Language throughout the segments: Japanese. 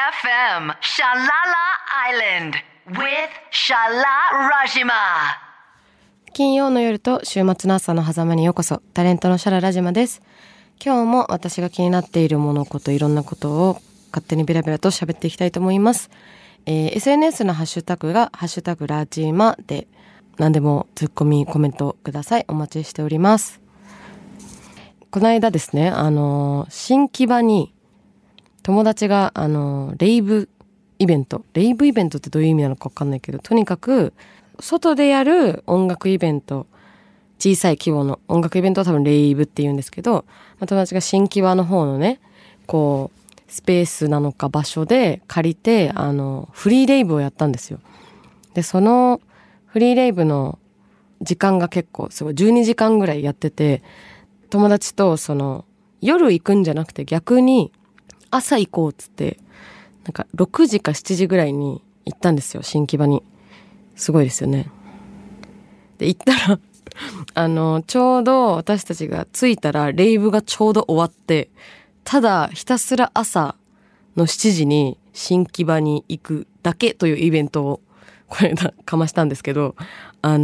FM Shalala Island with Shala Rajima。 金曜の夜と週末の朝の狭間にようこそ。タレントのシャララジマです。今日も私が気になっているものこといろんなことを勝手にベラベラと喋っていきたいと思います。SNS のハッシュタグがハッシュタグラジマで何でもツッコミコメントください。お待ちしております。この間ですね、新木場に友達がレイブイベントってどういう意味なのか分かんないけど、とにかく外でやる音楽イベント、小さい規模の音楽イベントは多分レイブって言うんですけど、友達が新木場の方のね、こうスペースなのか場所で借りてフリーレイブをやったんですよ。でそのフリーレイブの時間が結構すごい12時間ぐらいやってて、友達と夜行くんじゃなくて逆に朝行こうっつってなんか6時か7時ぐらいに行ったんですよ、新木場に。すごいですよね。で行ったらちょうど私たちが着いたらレイブがちょうど終わって、ただひたすら朝の7時に新木場に行くだけというイベントをこれかましたんですけど、なん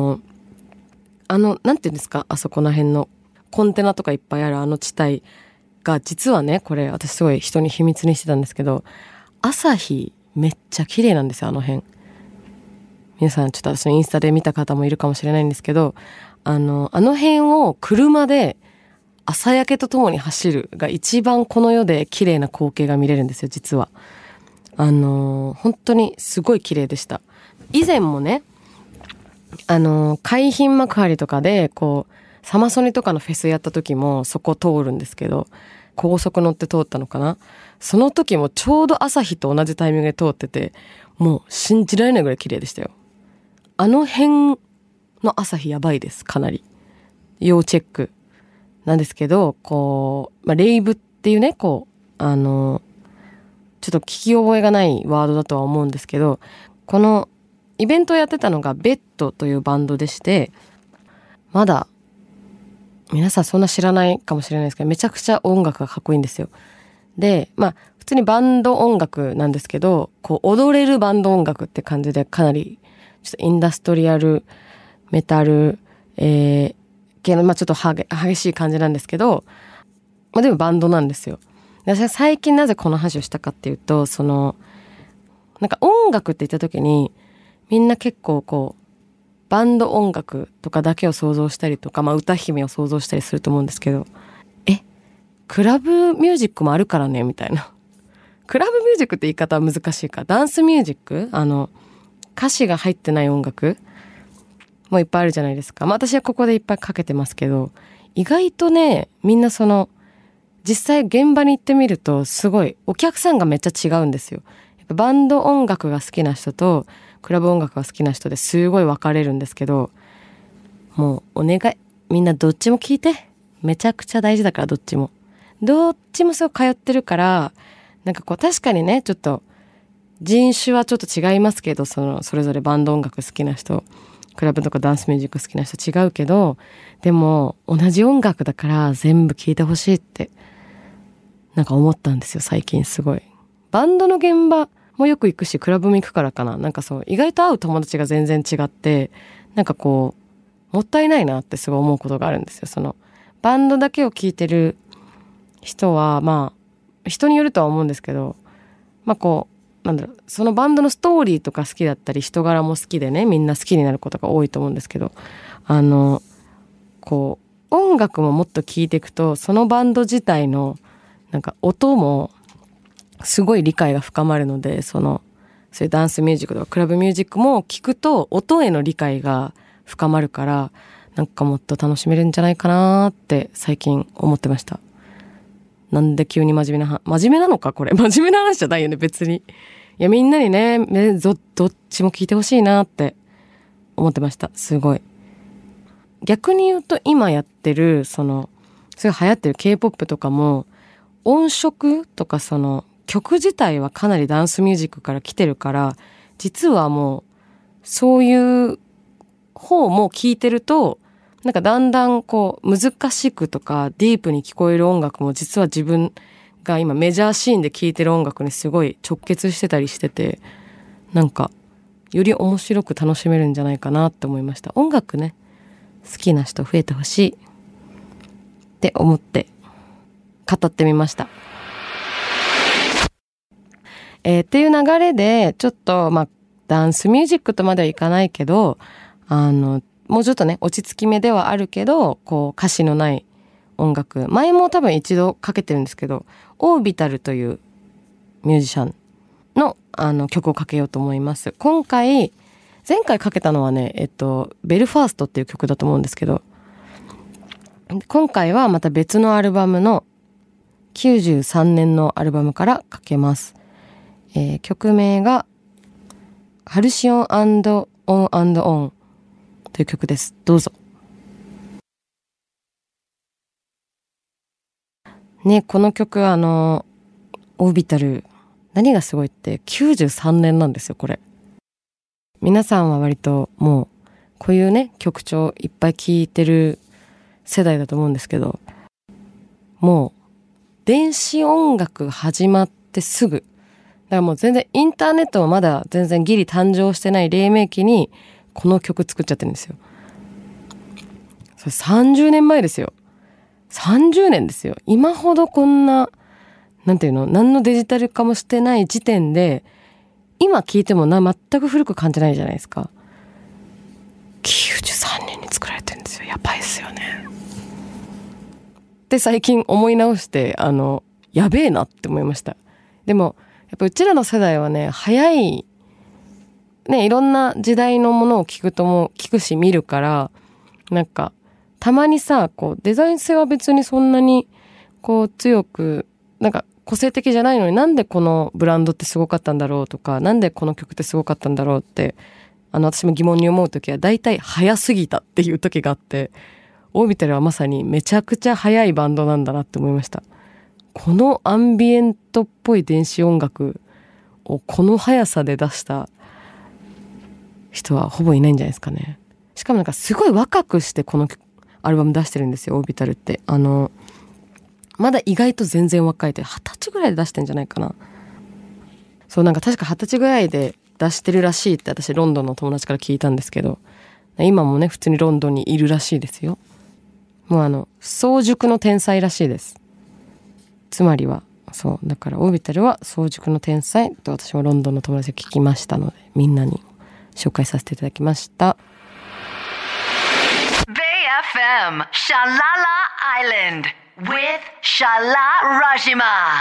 ていうんですか、あそこら辺のコンテナとかいっぱいある地帯が、実はね、これ私すごい人に秘密にしてたんですけど、朝日めっちゃ綺麗なんですよ、あの辺。皆さんちょっと私のインスタで見た方もいるかもしれないんですけど、あの辺を車で朝焼けとともに走るが一番この世で綺麗な光景が見れるんですよ、実は。本当にすごい綺麗でした。以前もね、海浜幕張とかでこうサマソニとかのフェスやった時もそこ通るんですけど、高速乗って通ったのかな。その時もちょうど朝日と同じタイミングで通ってて、もう信じられないぐらい綺麗でしたよ。あの辺の朝日やばいです、かなり。要チェックなんですけど、こう、レイブっていうね、こうちょっと聞き覚えがないワードだとは思うんですけど、このイベントをやってたのがベッドというバンドでして、まだ皆さんそんな知らないかもしれないですけど、めちゃくちゃ音楽がかっこいいんですよ。で、普通にバンド音楽なんですけど、こう踊れるバンド音楽って感じで、かなりちょっとインダストリアルメタル、系のちょっと激しい感じなんですけど、でもバンドなんですよ。で、私は最近なぜこの話をしたかっていうと、なんか音楽って言った時にみんな結構こうバンド音楽とかだけを想像したりとか、歌姫を想像したりすると思うんですけど、クラブミュージックもあるからねみたいな。クラブミュージックって言い方は難しいか。ダンスミュージック、歌詞が入ってない音楽もいっぱいあるじゃないですか。私はここでいっぱいかけてますけど、意外とね、みんな実際現場に行ってみるとすごいお客さんがめっちゃ違うんですよ。やっぱバンド音楽が好きな人とクラブ音楽が好きな人ですごい分かれるんですけど、もうお願い、みんなどっちも聞いて。めちゃくちゃ大事だから、どっちもすごく通ってるから、なんかこう確かにね、ちょっと人種はちょっと違いますけど、それぞれバンド音楽好きな人、クラブとかダンスミュージック好きな人違うけど、でも同じ音楽だから全部聞いてほしいってなんか思ったんですよ、最近。すごいバンドの現場もよく行くし、クラブも行くからかな、なんか意外と会う友達が全然違って、なんかこうもったいないなってすごい思うことがあるんですよ。バンドだけを聴いてる人は人によるとは思うんですけど、こうそのバンドのストーリーとか好きだったり人柄も好きでね、みんな好きになることが多いと思うんですけど、こう音楽ももっと聴いていくと、そのバンド自体のなんか音もすごい理解が深まるので、そういうダンスミュージックとかクラブミュージックも聞くと音への理解が深まるから、なんかもっと楽しめるんじゃないかなって最近思ってました。なんで急に真面目なのかこれ。真面目な話じゃないよね、別に。いや、みんなにね、どっちも聞いてほしいなって思ってました。すごい。逆に言うと今やってる、すごい流行ってる K-POP とかも、音色とか曲自体はかなりダンスミュージックから来てるから、実はもう、そういう方も聞いてると、なんかだんだんこう難しくとかディープに聞こえる音楽も実は自分が今メジャーシーンで聴いてる音楽にすごい直結してたりしてて、なんかより面白く楽しめるんじゃないかなって思いました。音楽ね、好きな人増えてほしいって思って語ってみました。っていう流れでちょっとダンスミュージックとまではいかないけど、もうちょっとね落ち着き目ではあるけど、こう歌詞のない音楽、前も多分一度かけてるんですけど、オービタルというミュージシャンの曲をかけようと思います。前回かけたのはね、ベルファーストっていう曲だと思うんですけど、今回はまた別のアルバムの93年のアルバムからかけます。曲名がハルシオン&オン&オンという曲です。どうぞ。ね、この曲オービタル、何がすごいって93年なんですよ、これ。皆さんは割ともうこういうね曲調いっぱい聴いてる世代だと思うんですけど、もう電子音楽始まってすぐ、だからもう全然インターネットもまだ全然ギリ誕生してない黎明期にこの曲作っちゃってるんですよ。それ30年前ですよ。30年ですよ。今ほどこんな、なんていうの、何のデジタル化もしてない時点で、今聞いても全く古く感じないじゃないですか。93年に作られてるんですよ。やばいですよね。で、最近思い直して、やべえなって思いました。でも、やっぱうちらの世代はね、早い、ね、いろんな時代のものを聞くし見るから、なんか、たまにさ、こう、デザイン性は別にそんなに、こう、強く、なんか、個性的じゃないのになんでこのブランドってすごかったんだろうとか、なんでこの曲ってすごかったんだろうって、私も疑問に思うときは、大体早すぎたっていう時があって、オービタルはまさにめちゃくちゃ早いバンドなんだなって思いました。このアンビエントっぽい電子音楽をこの速さで出した人はほぼいないんじゃないですかね。しかもなんかすごい若くしてこのアルバム出してるんですよ、オービタルって。まだ意外と全然若いで、20歳ぐらいで出してんじゃないかな。そう、なんか確か20歳ぐらいで出してるらしいって私ロンドンの友達から聞いたんですけど、今もね普通にロンドンにいるらしいですよ。もう早熟の天才らしいです。つまりはそうだから、オービタルは早熟の天才と私もロンドンの友達が聞きましたので、みんなに紹介させていただきました。 BayFM Shalala Island with Shala Rajima。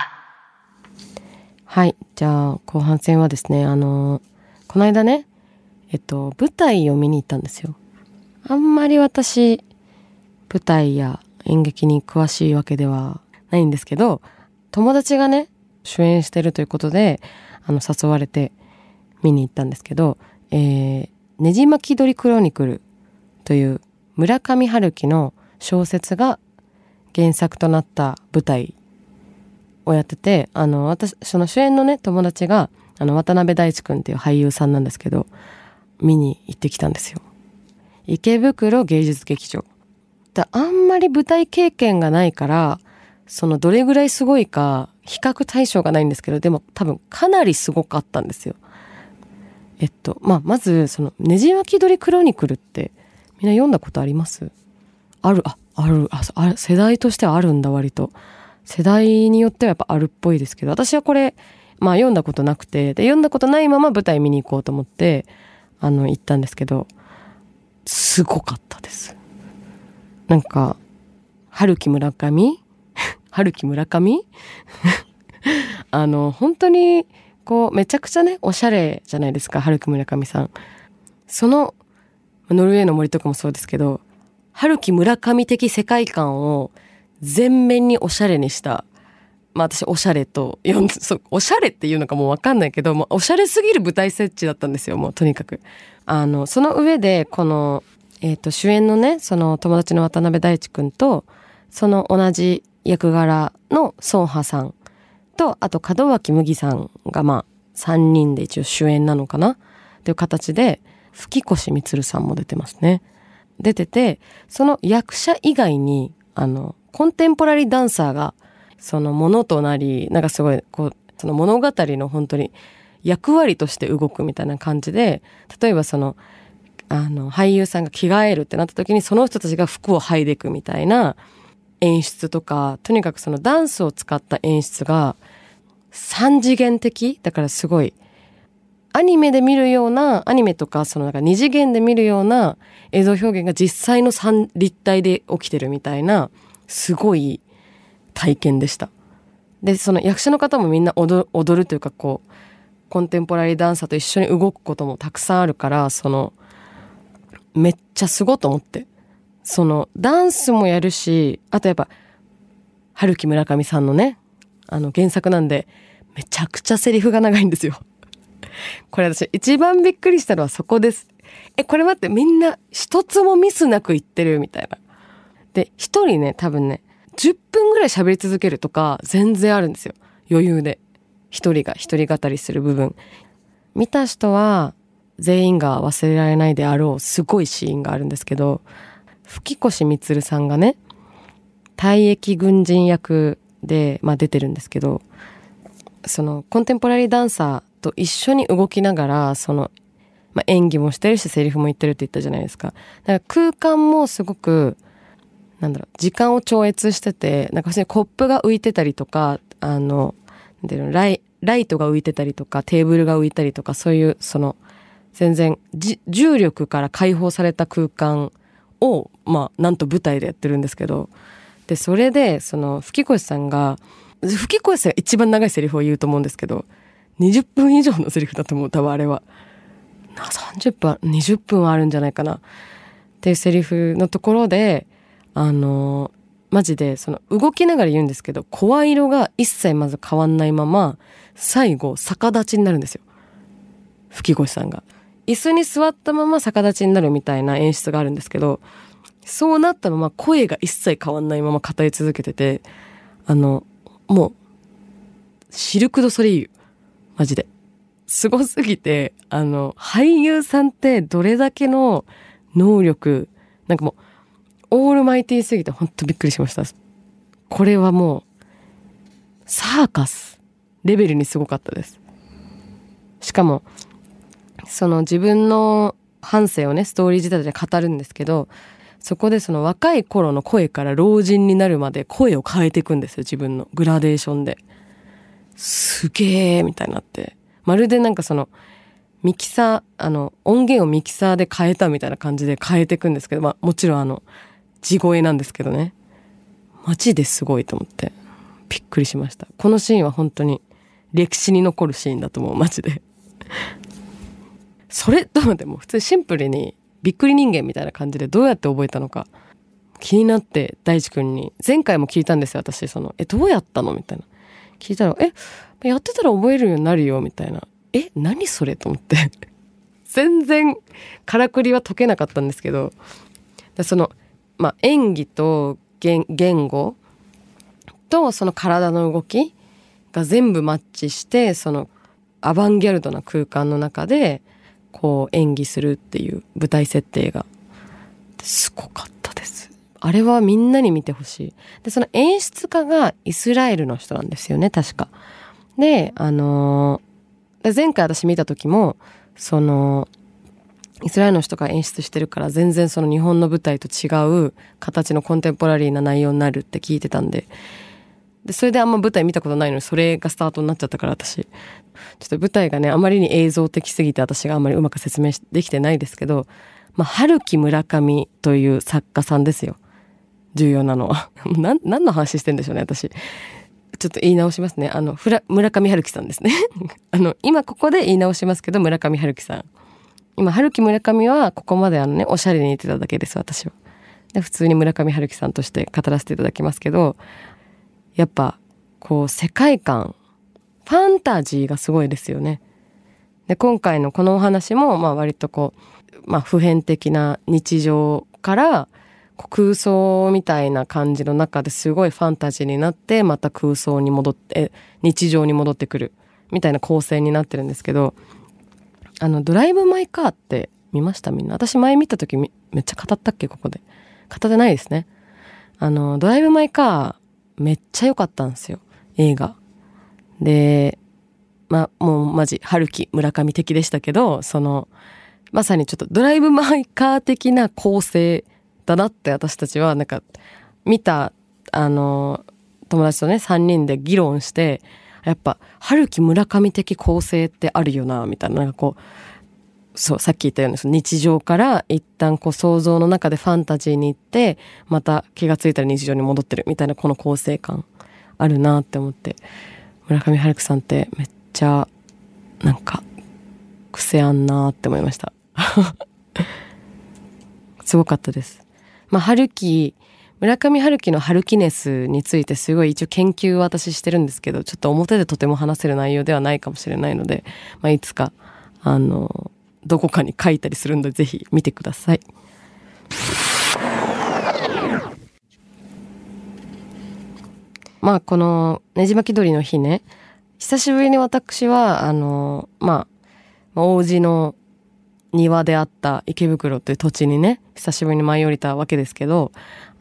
はい、じゃあ後半戦はですね、この間ね舞台を見に行ったんですよ。あんまり私舞台や演劇に詳しいわけではないんですけど、友達がね主演してるということで誘われて見に行ったんですけど、ねじ巻き鳥クロニクルという村上春樹の小説が原作となった舞台をやってて、私その主演のね友達が渡辺大地くんっていう俳優さんなんですけど、見に行ってきたんですよ。池袋芸術劇場あんまり舞台経験がないから、そのどれぐらいすごいか比較対象がないんですけど、でも多分かなりすごかったんですよ。まずそのねじ巻き鳥クロニクルってみんな読んだことあります？ある世代としてはあるんだ。割と世代によってはやっぱあるっぽいですけど、私はこれ読んだことなくて、で読んだことないまま舞台見に行こうと思って行ったんですけど、すごかったです。なんか春樹村上春樹村上本当にこうめちゃくちゃねおしゃれじゃないですか、春樹村上さん。そのノルウェーの森とかもそうですけど、春樹村上的世界観を全面におしゃれにした、私おしゃれとおしゃれっていうのかもう分かんないけど、もうおしゃれすぎる舞台設置だったんですよ。もうとにかくその上でこの、主演のねその友達の渡辺大地くんと、その同じ役柄の孫波さんと、あと門脇麦さんが3人で一応主演なのかなという形で、吹越充さんも出てますね。出てて、その役者以外にコンテンポラリーダンサーがそのものとなり、なんかすごいこうその物語の本当に役割として動くみたいな感じで、例えばその俳優さんが着替えるってなった時にその人たちが服を剥いでいくみたいな演出とか、とにかくそのダンスを使った演出が三次元的だから、すごいアニメで見るような、アニメとかそのなんか二次元で見るような映像表現が実際の立体で起きてるみたいな、すごい体験でした。でその役者の方もみんな踊るというか、こうコンテンポラリーダンサーと一緒に動くこともたくさんあるから、そのめっちゃすごいと思って、そのダンスもやるし、あとやっぱ春木村上さんのね、原作なんでめちゃくちゃセリフが長いんですよ。これ私一番びっくりしたのはそこです。これ待って、みんな一つもミスなく言ってるみたいな。で一人ね、多分ね10分ぐらい喋り続けるとか全然あるんですよ、余裕で。一人が一人語りする部分、見た人は全員が忘れられないであろうすごいシーンがあるんですけど、吹越充さんがね退役軍人役で、出てるんですけど、そのコンテンポラリーダンサーと一緒に動きながら、その、演技もしてるしセリフも言ってるって言ったじゃないですか。だから空間もすごく時間を超越してて、なんか普通にコップが浮いてたりとか、ライトが浮いてたりとか、テーブルが浮いたりとか、そういうその全然重力から解放された空間をなんと舞台でやってるんですけど、でそれでその吹越さんが一番長いセリフを言うと思うんですけど、20分以上のセリフだと思う、多分あれは30分20分はあるんじゃないかなっていうセリフのところで、マジでその動きながら言うんですけど、声色が一切まず変わんないまま最後逆立ちになるんですよ。吹越さんが椅子に座ったまま逆立ちになるみたいな演出があるんですけど、そうなったまま声が一切変わんないまま語り続けてて、もうシルク・ドゥ・ソレイユマジですごすぎて、俳優さんってどれだけの能力、なんかもうオールマイティーすぎて本当びっくりしました。これはもうサーカスレベルにすごかったです。しかもその自分の半生をねストーリー仕立てで語るんですけど、そこでその若い頃の声から老人になるまで声を変えていくんですよ、自分のグラデーションで。すげーみたいになって、まるでなんかそのミキサー音源をミキサーで変えたみたいな感じで変えていくんですけど、もちろん地声なんですけどね、マジですごいと思ってびっくりしました。このシーンは本当に歴史に残るシーンだと思う、マジで。それともでも普通シンプルにびっくり人間みたいな感じでどうやって覚えたのか気になって、大地君に前回も聞いたんですよ、私。どうやったのみたいな聞いたら、やってたら覚えるようになるよみたいな。何それと思って全然からくりは解けなかったんですけど、演技と言語とその体の動きが全部マッチして、そのアバンギャルドな空間の中でこう演技するっていう舞台設定がすごかったです。あれはみんなに見てほしい。でその演出家がイスラエルの人なんですよね、確か。で前回私見た時もそのイスラエルの人が演出してるから、全然その日本の舞台と違う形のコンテンポラリーな内容になるって聞いてたんで、それであんま舞台見たことないのにそれがスタートになっちゃったから、私ちょっと舞台がねあまりに映像的すぎて私があんまりうまく説明できてないですけど、春木村上という作家さんですよ、重要なのは。何の話してんでしょうね、私。ちょっと言い直しますね。村上春樹さんですね。今ここで言い直しますけど、村上春樹さん。今春木村上はここまでおしゃれに言ってただけです、私は。で普通に村上春樹さんとして語らせていただきますけど、やっぱこう世界観、ファンタジーがすごいですよね。で今回のこのお話も割とこう、普遍的な日常から空想みたいな感じの中ですごいファンタジーになって、また空想に戻って日常に戻ってくるみたいな構成になってるんですけど、ドライブ・マイ・カーって見ましたみんな。私前見た時めっちゃ語ったっけ、ここで語ってないですね。ドライブ・マイ・カーめっちゃ良かったんですよ、映画。で、もうマジ春樹村上的でしたけど、まさにちょっとドライブ・マイ・カー的な構成だなって私たちはなんか見た友達とね3人で議論して、やっぱ春樹村上的構成ってあるよなみたいな、なんかこうそうさっき言ったようにその日常から一旦こう想像の中でファンタジーに行ってまた気がついたら日常に戻ってるみたいなこの構成感あるなって思って、村上春樹さんってめっちゃなんか癖あんなって思いましたすごかったです。村上春樹の春樹ネスについてすごい一応研究は私してるんですけど、ちょっと表でとても話せる内容ではないかもしれないので、いつかどこかに書いたりするのでぜひ見てください。このねじ巻き鳥の日ね、久しぶりに私は王子の庭であった池袋という土地にね久しぶりに舞い降りたわけですけど、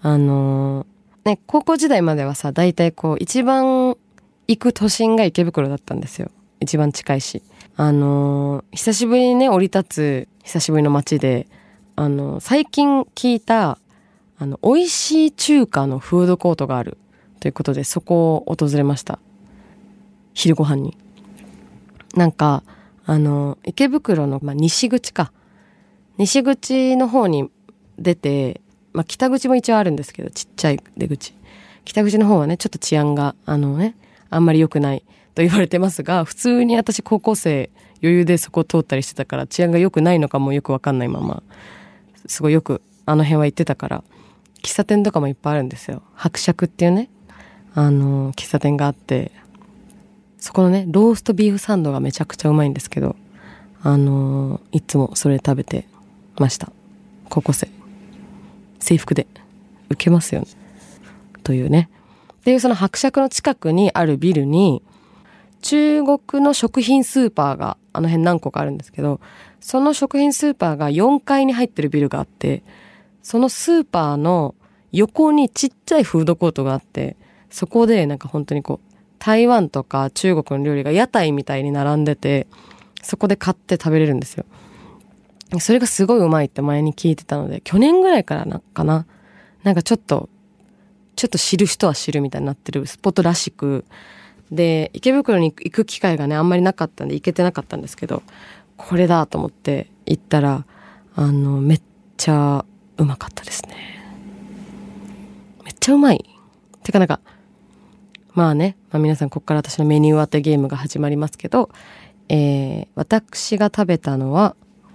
高校時代まではさ、大体こう一番行く都心が池袋だったんですよ。一番近いし、久しぶりにね降り立つ久しぶりの街で、最近聞いた美味しい中華のフードコートがあるということで、そこを訪れました。昼ご飯になんか池袋の、西口の方に出て、北口も一応あるんですけど、ちっちゃい出口、北口の方はねちょっと治安があんまり良くないと言われてますが、普通に私高校生余裕でそこを通ったりしてたから、治安が良くないのかもよく分かんないまますごいよく辺は行ってたから、喫茶店とかもいっぱいあるんですよ。伯爵っていうね喫茶店があって、そこのねローストビーフサンドがめちゃくちゃうまいんですけど、いつもそれ食べてました。高校生制服で受けますよねというね。っていうその伯爵の近くにあるビルに中国の食品スーパーが辺何個かあるんですけど、その食品スーパーが4階に入ってるビルがあって、そのスーパーの横にちっちゃいフードコートがあって、そこでなんか本当にこう台湾とか中国の料理が屋台みたいに並んでて、そこで買って食べれるんですよ。それがすごいうまいって前に聞いてたので、去年ぐらいからかな、なんかちょっと知る人は知るみたいになってるスポットらしく、で池袋に行く機会がねあんまりなかったんで行けてなかったんですけど、これだと思って行ったらめっちゃうまかったですね。めっちゃうまいてか、なんか皆さんここから私のメニュー当てゲームが始まりますけど、私が食べたのは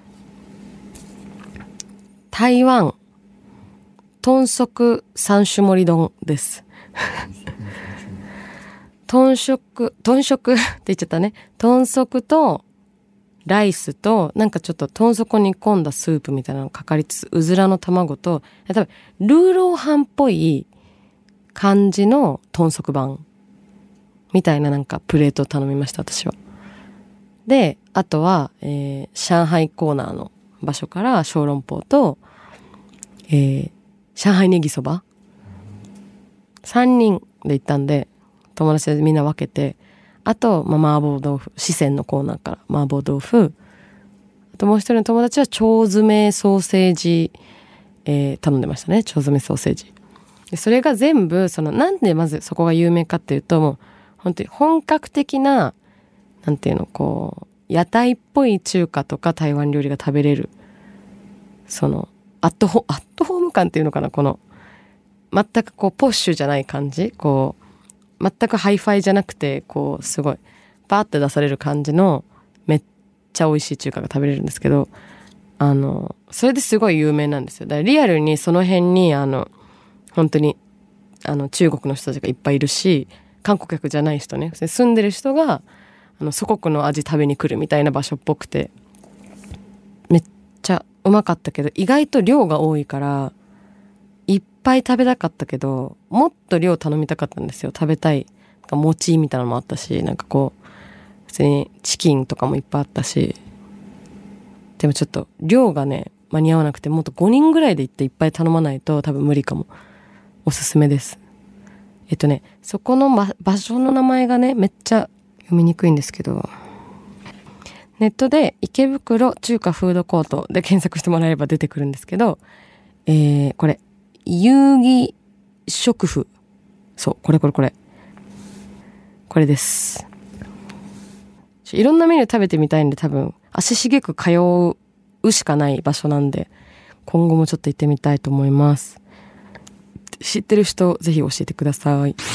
台湾豚足三種盛り丼です豚足って言っちゃったね。豚足とライスとなんかちょっと豚足を煮込んだスープみたいなのがかかりつつ、うずらの卵と多分ルーローハンっぽい感じの豚足版みたいななんかプレートを頼みました、私は。であとは、上海コーナーの場所から小籠包と、上海ネギそば3人で行ったんで、友達でみんな分けて、あと、麻婆豆腐、四川のコーナーから麻婆豆腐、あともう一人の友達は腸詰めソーセージ、頼んでましたね。腸詰めソーセージで、それが全部なんでまずそこが有名かっていうと、もう本当に本格的ななんていうの、こう屋台っぽい中華とか台湾料理が食べれる、アットホーム感っていうのかな、この全くこうポッシュじゃない感じ、こう全くハイファイじゃなくて、こうすごいバーって出される感じのめっちゃ美味しい中華が食べれるんですけど、それですごい有名なんですよ。だからリアルにその辺に本当に中国の人たちがいっぱいいるし、観光客じゃない人ね、住んでる人が祖国の味食べに来るみたいな場所っぽくて、めっちゃうまかったけど、意外と量が多いからいっぱい食べたかったけど、もっと量頼みたかったんですよ。食べたい餅みたいなのもあったし、なんかこう普通にチキンとかもいっぱいあったし、でもちょっと量がね間に合わなくて、もっと5人ぐらいで行っていっぱい頼まないと多分無理かも。おすすめです。 そこの場所の名前がね、めっちゃ読みにくいんですけど、ネットで池袋中華フードコートで検索してもらえれば出てくるんですけど、これ、遊戯食府。そう、これ。これです。いろんなメニュー食べてみたいんで、多分、足しげく通うしかない場所なんで、今後もちょっと行ってみたいと思います。知ってる人、ぜひ教えてください。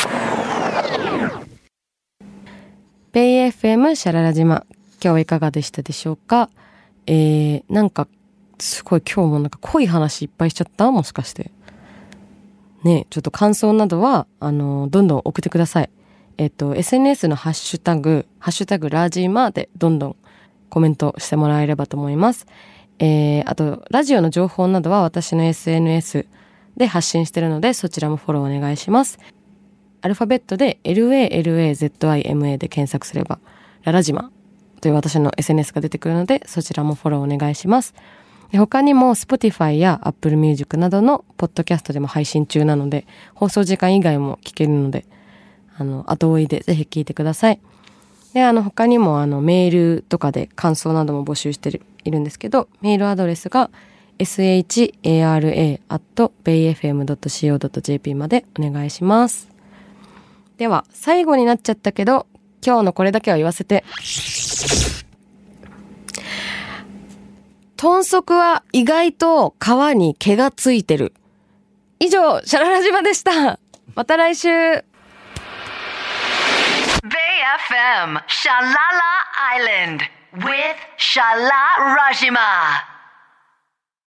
ベイ FM シャララ島、今日はいかがでしたでしょうか。なんかすごい今日もなんか濃い話いっぱいしちゃった？もしかしてね。ちょっと感想などはどんどん送ってください。SNS のハッシュタグラジマでどんどんコメントしてもらえればと思います。あとラジオの情報などは私の SNS で発信してるので、そちらもフォローお願いします。アルファベットで LALAZIMA で検索すればララジマという私の SNS が出てくるので、そちらもフォローお願いします。で、他にも Spotify や Apple Music などのポッドキャストでも配信中なので、放送時間以外も聞けるので、後追いでぜひ聞いてください。で、他にもメールとかで感想なども募集しているんですけど、メールアドレスが shara@bayfm.co.jp までお願いします。では、最後になっちゃったけど、今日のこれだけは言わせて。豚足は意外と皮に毛がついてる。以上、シャララ島でした。また来週。 Bay FM Shalala Island with Shala Rajima.